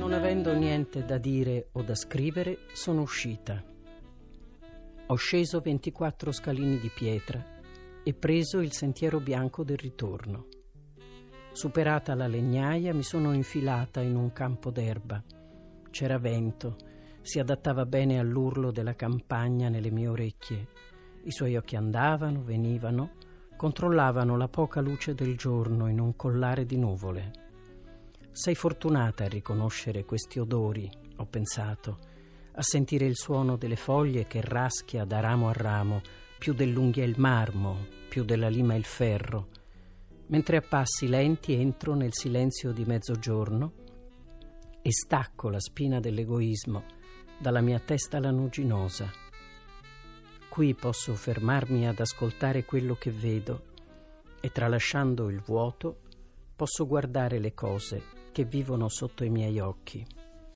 Non avendo niente da dire o da scrivere, sono uscita. Ho sceso 24 scalini di pietra e preso il sentiero bianco del ritorno. Superata la legnaia, mi sono infilata in un campo d'erba. C'era vento, si adattava bene all'urlo della campagna nelle mie orecchie. I suoi occhi andavano, venivano, controllavano la poca luce del giorno in un collare di nuvole. Sei fortunata a riconoscere questi odori, ho pensato, a sentire il suono delle foglie che raschia da ramo a ramo, più dell'unghia il marmo, più della lima il ferro. Mentre a passi lenti entro nel silenzio di mezzogiorno e stacco la spina dell'egoismo dalla mia testa lanuginosa. Qui posso fermarmi ad ascoltare quello che vedo e, tralasciando il vuoto, posso guardare le cose che vivono sotto i miei occhi.